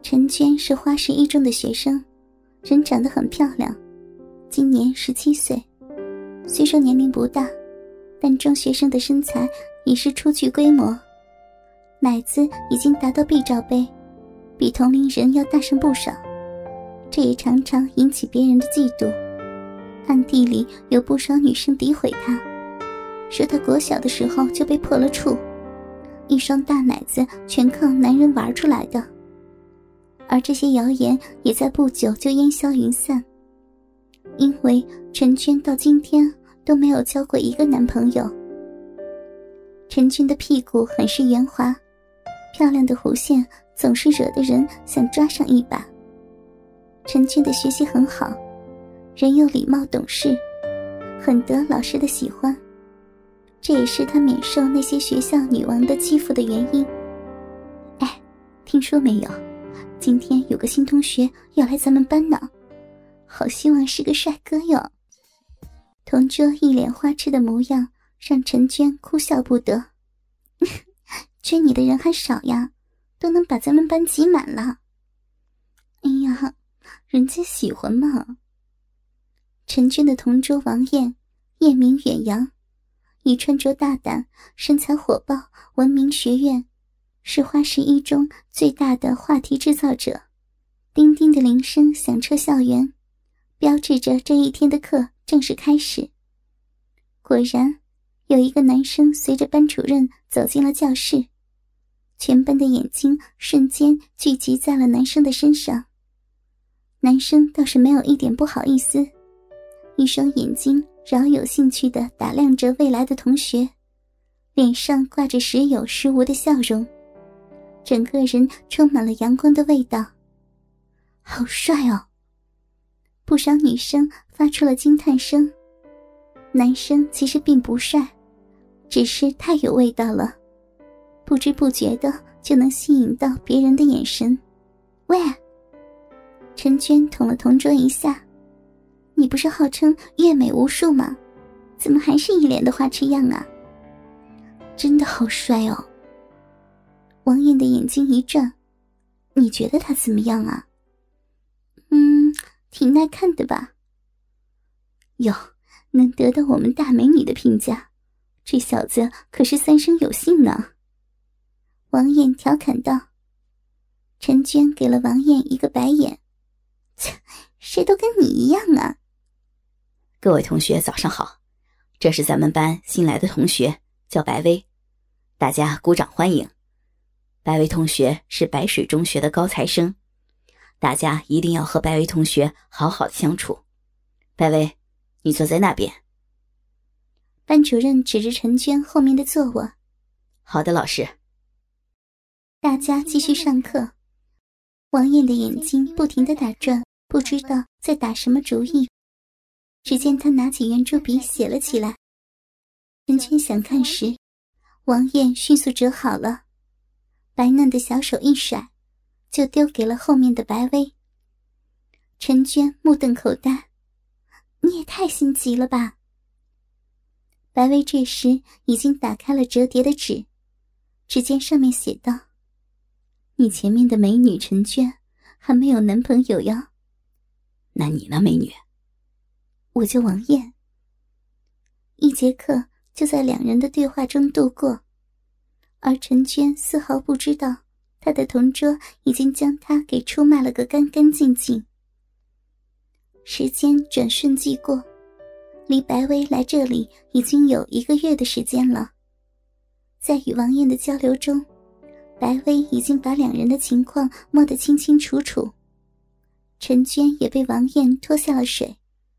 陈娟是花市一中的学生，人长得很漂亮，今年17岁。虽说年龄不大，但中学生的身材已是初具规模，奶子已经达到 B 罩杯，比同龄人要大上不少。这也常常引起别人的嫉妒，暗地里有不少女生诋毁她，说她国小的时候就被破了处，一双大奶子全靠男人玩出来的。而这些谣言也在不久就烟消云散，因为陈娟到今天都没有交过一个男朋友。陈娟的屁股很是圆滑，漂亮的弧线总是惹得人想抓上一把。陈娟的学习很好，人又礼貌懂事，很得老师的喜欢，这也是她免受那些学校女王的欺负的原因。哎，听说没有，今天有个新同学要来咱们班呢，好希望是个帅哥哟。同桌一脸花痴的模样让陈娟哭笑不得。追你的人还少呀，都能把咱们班挤满了。哎呀，人家喜欢嘛。陈娟的同桌王艳，艳名远扬，以穿着大胆、身材火爆闻名学院，是花市一中最大的话题制造者。叮叮的铃声响彻校园，标志着这一天的课正式开始。果然，有一个男生随着班主任走进了教室，全班的眼睛瞬间聚集在了男生的身上。男生倒是没有一点不好意思，一双眼睛饶有兴趣地打量着未来的同学，脸上挂着时有时无的笑容，整个人充满了阳光的味道。好帅哦！不少女生发出了惊叹声。男生其实并不帅，只是太有味道了，不知不觉的就能吸引到别人的眼神。喂！陈娟捅了同桌一下，你不是号称阅美无数吗？怎么还是一脸的花痴样啊？真的好帅哦！王艳的眼睛一转，你觉得他怎么样啊？挺耐看的吧？哟，能得到我们大美女的评价，这小子可是三生有幸呢。王艳调侃道。陈娟给了王艳一个白眼，切，谁都跟你一样啊。 各位同学早上好，这是咱们班新来的同学，叫白薇，大家鼓掌欢迎。白薇同学是白水中学的高材生，大家一定要和白薇同学好好相处。白薇，你坐在那边。 班主任指着陈娟后面的座位。 好的，老师。 大家继续上课。王艳的眼睛不停地打转，不知道在打什么主意。只见他拿起圆珠笔写了起来。陈娟想看时，王艳迅速折好了，白嫩的小手一甩，就丢给了后面的白薇。陈娟目瞪口呆，你也太心急了吧。白薇这时已经打开了折叠的纸，只见上面写道：你前面的美女陈娟还没有男朋友呀。 那你呢，美女？ 我叫王艳。一节课就在两人的对话中度过，而陈娟丝毫不知道她的同桌已经将她给出卖了个干干净净。时间转瞬即过，离白薇来这里已经有1个月的时间了。在与王艳的交流中，白薇已经把两人的情况摸得清清楚楚。陈娟也被王艳拖下了水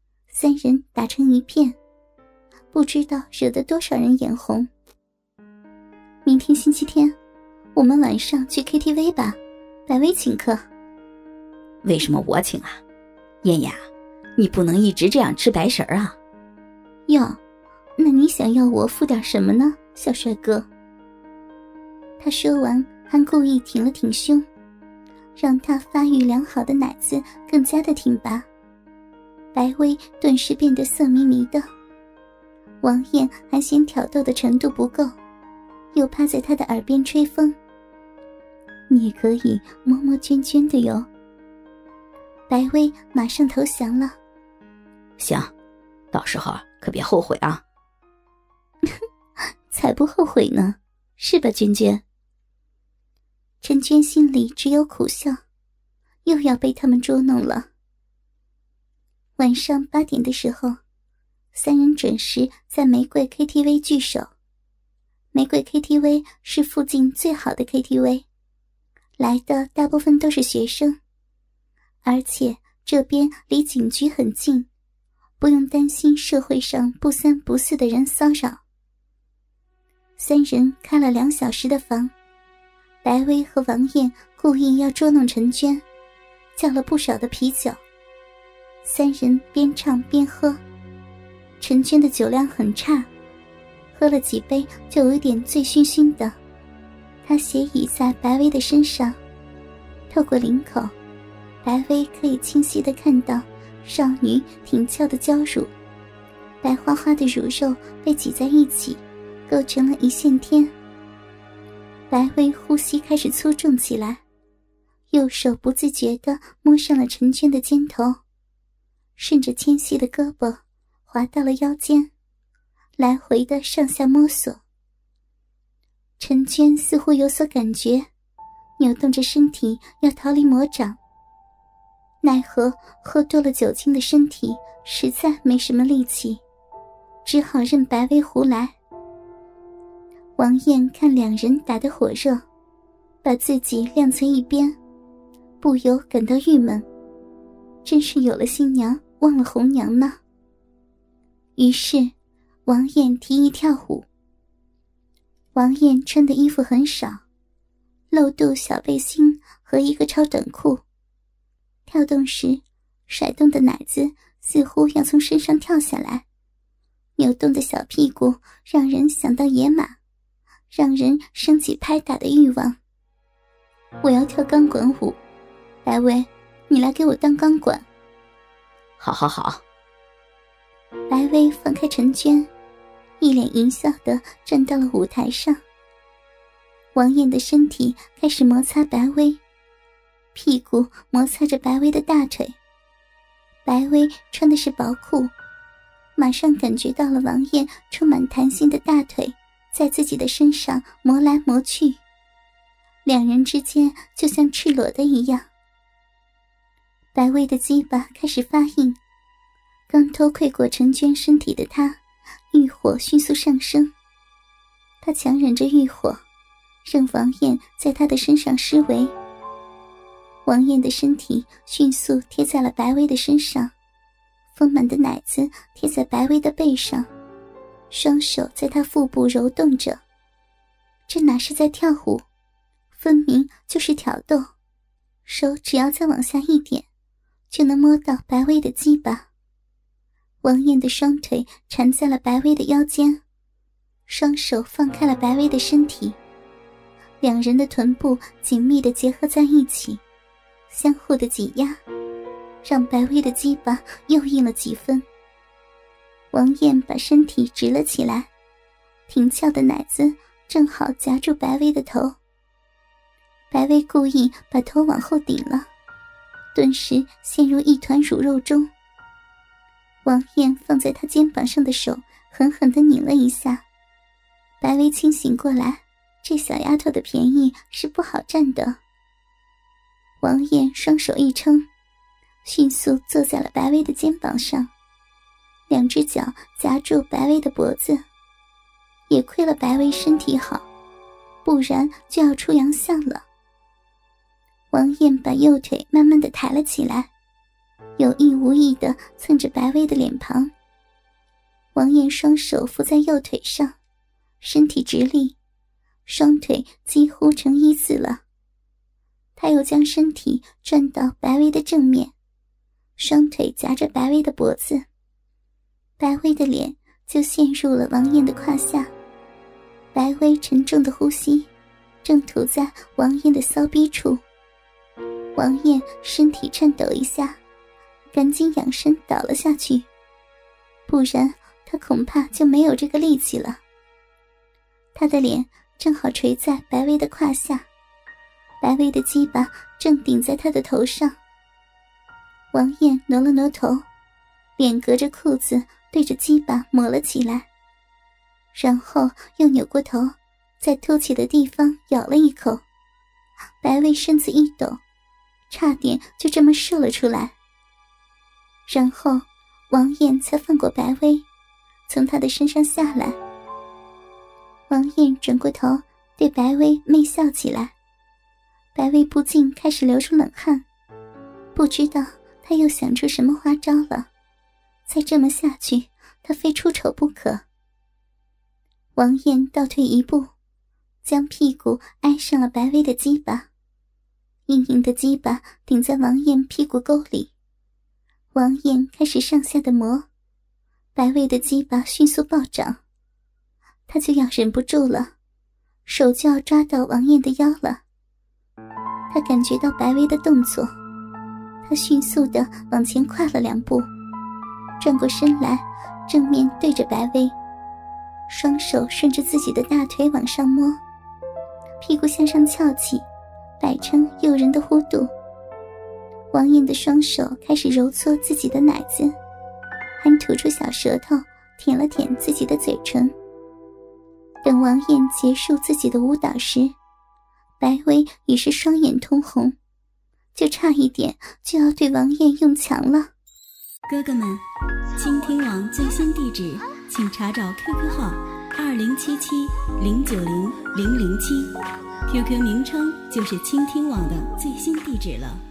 ，3人打成一片，不知道惹得多少人眼红。明天星期天，我们晚上去 KTV 吧，白薇请客。 为什么我请啊？艳雅，你不能一直这样吃白食儿啊。 哟，那你想要我付点什么呢，小帅哥？他说完还故意挺了挺胸，让他发育良好的奶子更加的挺拔。白薇顿时变得色迷迷的。王艳还嫌挑逗的程度不够，又趴在他的耳边吹风。 你也可以摸摸娟娟的哟。白薇马上投降了。 行，到时候可别后悔啊。 才不后悔呢，是吧娟娟？陈娟心里只有苦笑，又要被他们捉弄了。晚上8点的时候，3人准时在玫瑰 KTV 聚首。玫瑰 KTV 是附近最好的 KTV， 来的大部分都是学生，而且这边离警局很近，不用担心社会上不三不四的人骚扰。3人开了2小时的房，白薇和王艳故意要捉弄陈娟，叫了不少的啤酒。3人边唱边喝，陈娟的酒量很差，喝了几杯就有点醉醺醺的。她斜倚在白薇的身上，透过领口，白薇可以清晰地看到少女挺翘的娇乳，白花花的乳肉被挤在一起，构成了一线天。白薇呼吸开始粗重起来，右手不自觉地摸上了陈娟的肩头，顺着纤细的胳膊滑到了腰间，来回的上下摸索。陈娟似乎有所感觉，扭动着身体要逃离魔掌，奈何喝多了酒精的身体实在没什么力气，只好任白薇胡来。王艳看2人打得火热，把自己晾在一边，不由感到郁闷，真是有了新娘忘了红娘呢。于是王艳提议跳舞。王艳穿的衣服很少，露肚小背心和一个超短裤，跳动时甩动的奶子似乎要从身上跳下来，扭动的小屁股让人想到野马，让人升起拍打的欲望。我要跳钢管舞，白薇，你来给我当钢管。 好好好。 白薇放开陈娟，一脸淫笑地站到了舞台上。王艳的身体开始摩擦白薇，屁股摩擦着白薇的大腿。白薇穿的是薄裤，马上感觉到了王艳充满弹性的大腿在自己的身上磨来磨去，2人之间就像赤裸的一样。白薇的鸡巴开始发硬，刚偷窥过陈娟身体的她，欲火迅速上升。她强忍着欲火，让王艳在她的身上施为。王艳的身体迅速贴在了白薇的身上，丰满的奶子贴在白薇的背上，双手在她腹部揉动着。这哪是在跳舞，分明就是挑逗，手只要再往下一点，就能摸到白薇的鸡巴。王艳的双腿缠在了白薇的腰间，双手放开了白薇的身体，2人的臀部紧密地结合在一起，相互的挤压，让白薇的鸡巴又硬了几分。王艳把身体直了起来，挺翘的奶子正好夹住白薇的头。白薇故意把头往后顶了，顿时陷入一团乳肉中。王艳放在她肩膀上的手狠狠地拧了一下。白薇清醒过来，这小丫头的便宜是不好占的。王艳双手一撑，迅速坐在了白薇的肩膀上，2只脚夹住白薇的脖子。也亏了白薇身体好，不然就要出洋相了。王艳把右腿慢慢地抬了起来，有意无意地蹭着白薇的脸庞。王艳双手扶在右腿上，身体直立，双腿几乎成一字了。她又将身体转到白薇的正面，双腿夹着白薇的脖子，白薇的脸就陷入了王艳的胯下。白薇沉重的呼吸正吐在王艳的骚逼处。王艳身体颤抖一下，赶紧仰身倒了下去，不然她恐怕就没有这个力气了。她的脸正好垂在白薇的胯下， 白薇的鸡巴正顶在他的头上。王艳挪了挪头，脸隔着裤子对着鸡巴抹了起来，然后又扭过头，在凸起的地方咬了一口。白薇身子一抖，差点就这么射了出来。然后王艳才放过白薇，从她的身上下来。王艳转过头对白薇媚笑起来，白薇不禁开始流出冷汗，不知道她又想出什么花招了。再这么下去，她非出丑不可。王艳倒退一步，将屁股挨上了白薇的鸡巴，硬硬的鸡巴顶在王艳屁股沟里。王艳开始上下的磨，白薇的鸡巴迅速暴涨，她就要忍不住了，手就要抓到王艳的腰了。她感觉到白薇的动作，她迅速地往前跨了2步，转过身来，正面对着白薇，双手顺着自己的大腿往上摸，屁股向上翘起，摆成诱人的弧度。王艳的双手开始揉搓自己的奶子，还吐出小舌头舔了舔自己的嘴唇。等王艳结束自己的舞蹈时，白薇已是双眼通红，就差一点就要对王艳用强了。 哥哥们，倾听网最新地址请查找 QQ 号2077090007，QQ 名称就是倾听网的最新地址了。